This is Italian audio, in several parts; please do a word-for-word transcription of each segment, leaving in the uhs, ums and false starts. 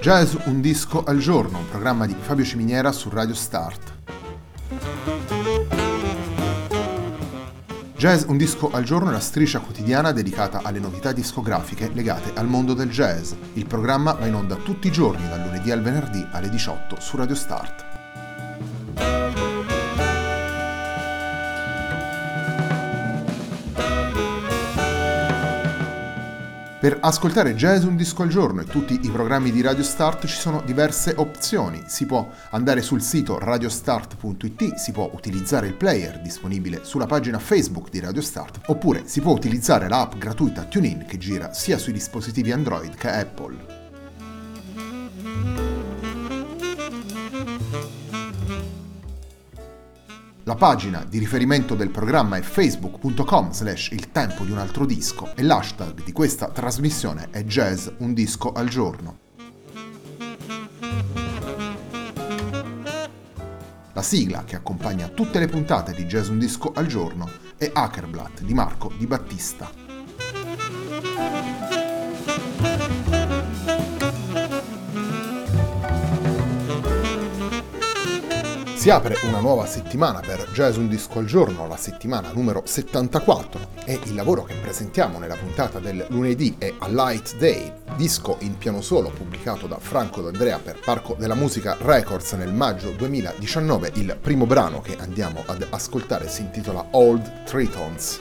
Jazz un disco al giorno, un programma di Fabio Ciminiera su Radio Start. Jazz un disco al giorno è la striscia quotidiana dedicata alle novità discografiche legate al mondo del jazz. Il programma va in onda tutti i giorni, dal lunedì al venerdì alle diciotto su Radio Start. Per ascoltare Jazz un disco al giorno e tutti i programmi di Radio Start ci sono diverse opzioni. Si può andare sul sito radiostart punto it, si può utilizzare il player disponibile sulla pagina Facebook di Radio Start, oppure si può utilizzare l'app gratuita TuneIn che gira sia sui dispositivi Android che Apple. La pagina di riferimento del programma è facebook punto com slash il tempo di un altro disco e l'hashtag di questa trasmissione è Jazz un disco al giorno. La sigla che accompagna tutte le puntate di Jazz un disco al giorno è Ackerblatt di Marco Di Battista. Si apre una nuova settimana per Jazz un disco al giorno, la settimana numero settantaquattro, e il lavoro che presentiamo nella puntata del lunedì è A Light Day, disco in piano solo pubblicato da Franco D'Andrea per Parco della Musica Records nel maggio duemiladiciannove. Il primo brano che andiamo ad ascoltare si intitola Old Tritons.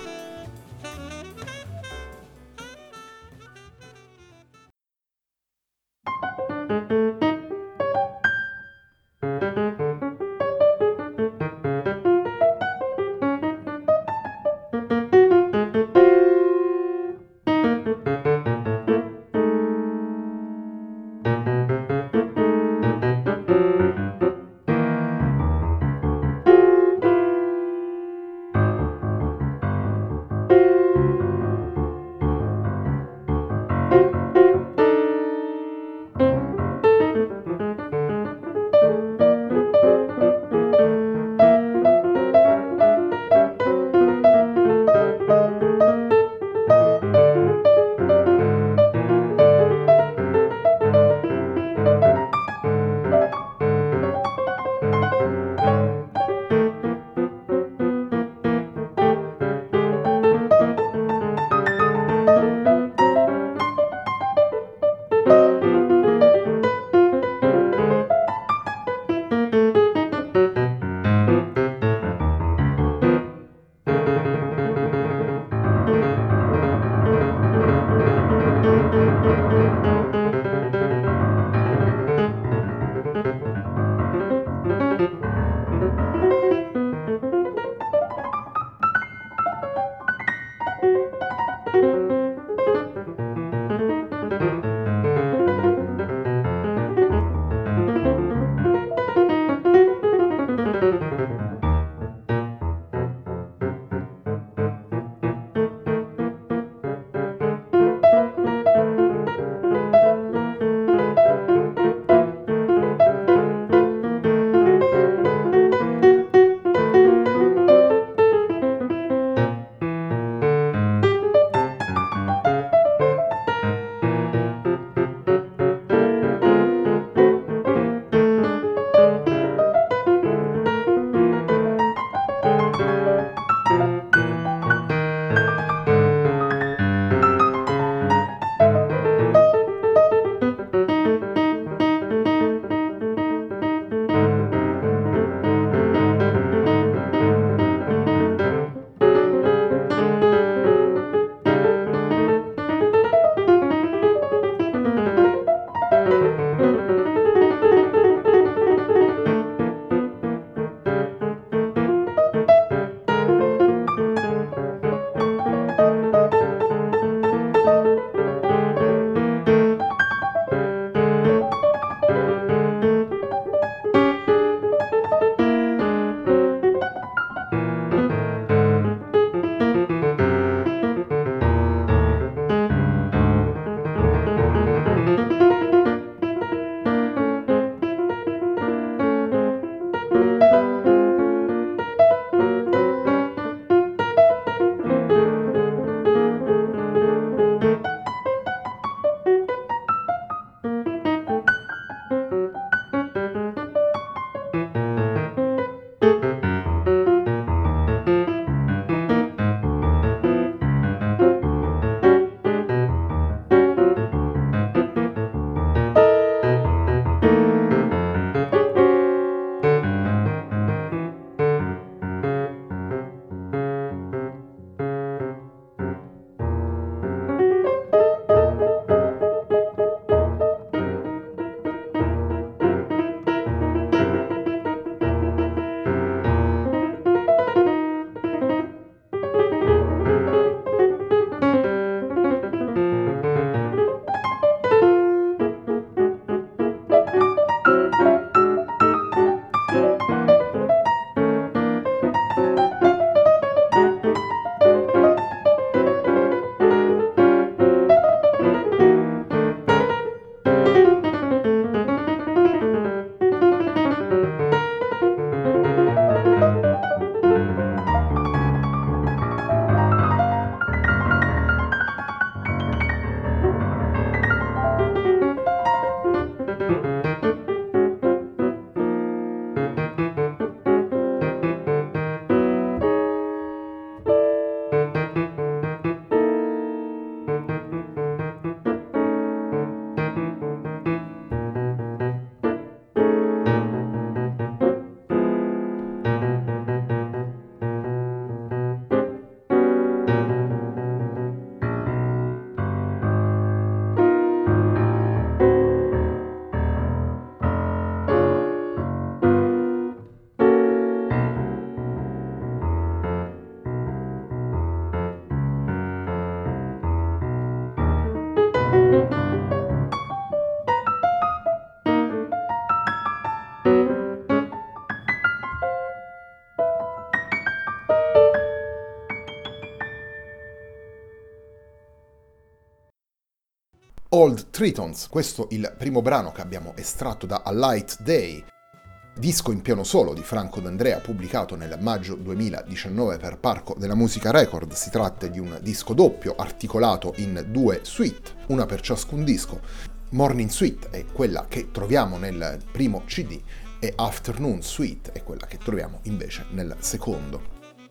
Old Tritons, questo il primo brano che abbiamo estratto da A Light Day, disco in piano solo di Franco D'Andrea pubblicato nel maggio duemiladiciannove per Parco della Musica Record. Si tratta di un disco doppio articolato in due suite, una per ciascun disco. Morning Suite è quella che troviamo nel primo C D e Afternoon Suite è quella che troviamo invece nel secondo.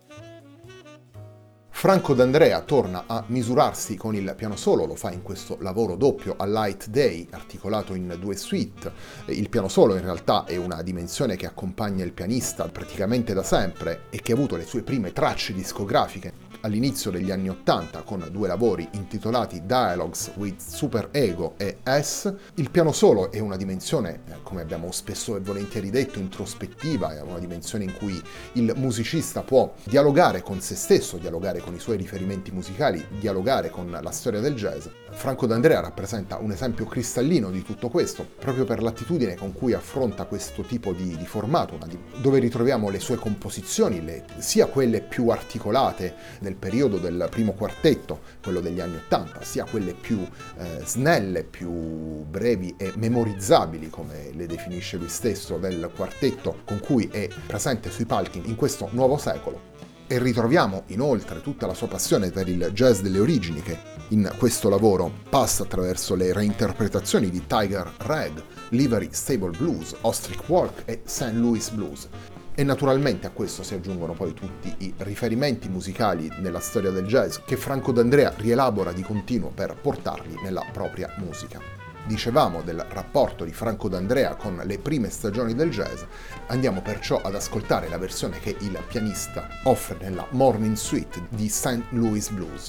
Franco D'Andrea torna a misurarsi con il piano solo, lo fa in questo lavoro doppio A Light Day, articolato in due suite. Il piano solo in realtà è una dimensione che accompagna il pianista praticamente da sempre e che ha avuto le sue prime tracce discografiche all'inizio degli anni Ottanta con due lavori intitolati Dialogues with Super Ego e S. Il piano solo è una dimensione, come abbiamo spesso e volentieri detto, introspettiva, è una dimensione in cui il musicista può dialogare con se stesso, dialogare con i suoi riferimenti musicali, dialogare con la storia del jazz. Franco D'Andrea rappresenta un esempio cristallino di tutto questo, proprio per l'attitudine con cui affronta questo tipo di, di formato, dove ritroviamo le sue composizioni, le, sia quelle più articolate del periodo del primo quartetto, quello degli anni Ottanta, sia quelle più eh, snelle, più brevi e memorizzabili, come le definisce lui stesso, del quartetto con cui è presente sui palchi in questo nuovo secolo. E ritroviamo inoltre tutta la sua passione per il jazz delle origini che in questo lavoro passa attraverso le reinterpretazioni di Tiger Rag, Livery Stable Blues, Ostrich Walk e Saint Louis Blues. E naturalmente a questo si aggiungono poi tutti i riferimenti musicali nella storia del jazz che Franco D'Andrea rielabora di continuo per portarli nella propria musica. Dicevamo del rapporto di Franco D'Andrea con le prime stagioni del jazz, andiamo perciò ad ascoltare la versione che il pianista offre nella Morning Suite di Saint Louis Blues.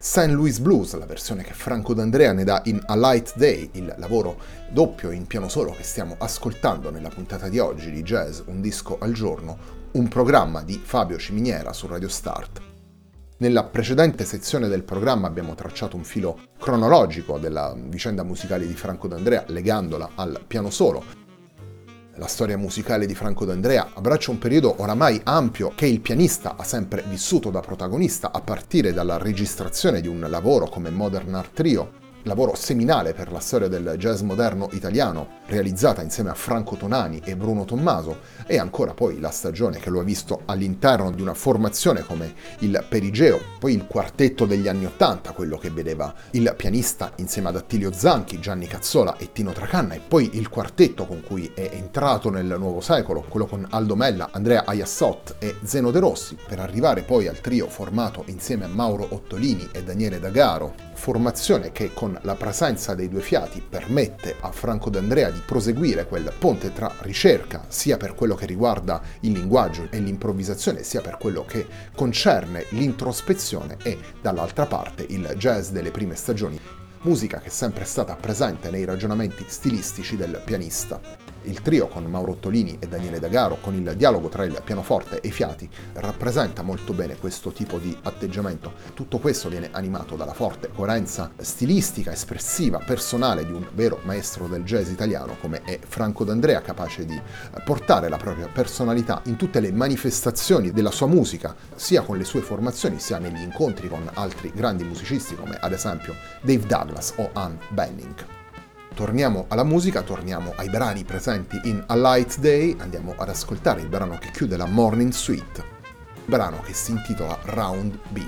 Saint Louis Blues, la versione che Franco D'Andrea ne dà in A Light Day, il lavoro doppio in piano solo che stiamo ascoltando nella puntata di oggi di Jazz Un Disco al Giorno, un programma di Fabio Ciminiera su Radio Start. Nella precedente sezione del programma abbiamo tracciato un filo cronologico della vicenda musicale di Franco D'Andrea legandola al piano solo. La storia musicale di Franco D'Andrea abbraccia un periodo oramai ampio che il pianista ha sempre vissuto da protagonista, a partire dalla registrazione di un lavoro come Modern Art Trio, lavoro seminale per la storia del jazz moderno italiano, realizzata insieme a Franco Tonani e Bruno Tommaso, e ancora poi la stagione che lo ha visto all'interno di una formazione come il Perigeo, poi il quartetto degli anni Ottanta, quello che vedeva il pianista insieme ad Attilio Zanchi, Gianni Cazzola e Tino Tracanna, e poi il quartetto con cui è entrato nel nuovo secolo, quello con Aldo Mella, Andrea Aiassot e Zeno De Rossi, per arrivare poi al trio formato insieme a Mauro Ottolini e Daniele D'Agaro, formazione che con la presenza dei due fiati permette a Franco D'Andrea di proseguire quel ponte tra ricerca, sia per quello che riguarda il linguaggio e l'improvvisazione, sia per quello che concerne l'introspezione, e dall'altra parte il jazz delle prime stagioni, musica che è sempre stata presente nei ragionamenti stilistici del pianista. Il trio con Mauro Ottolini e Daniele D'Agaro, con il dialogo tra il pianoforte e i fiati, rappresenta molto bene questo tipo di atteggiamento. Tutto questo viene animato dalla forte coerenza stilistica, espressiva, personale di un vero maestro del jazz italiano come è Franco D'Andrea, capace di portare la propria personalità in tutte le manifestazioni della sua musica, sia con le sue formazioni, sia negli incontri con altri grandi musicisti come ad esempio Dave Douglas o Ann Benning. Torniamo alla musica, torniamo ai brani presenti in A Light Day, andiamo ad ascoltare il brano che chiude la Morning Suite, brano che si intitola Round B.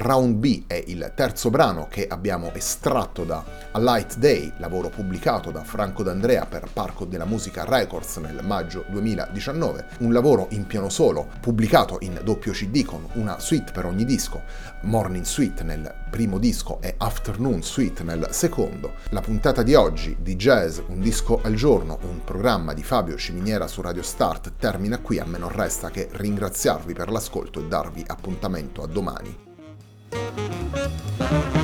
Round B è il terzo brano che abbiamo estratto da A Light Day, lavoro pubblicato da Franco D'Andrea per Parco della Musica Records nel maggio duemiladiciannove, un lavoro in piano solo pubblicato in doppio C D con una suite per ogni disco, Morning Suite nel primo disco e Afternoon Suite nel secondo. La puntata di oggi di Jazz, un disco al giorno, un programma di Fabio Ciminiera su Radio Start, termina qui. A me non resta che ringraziarvi per l'ascolto e darvi appuntamento a domani.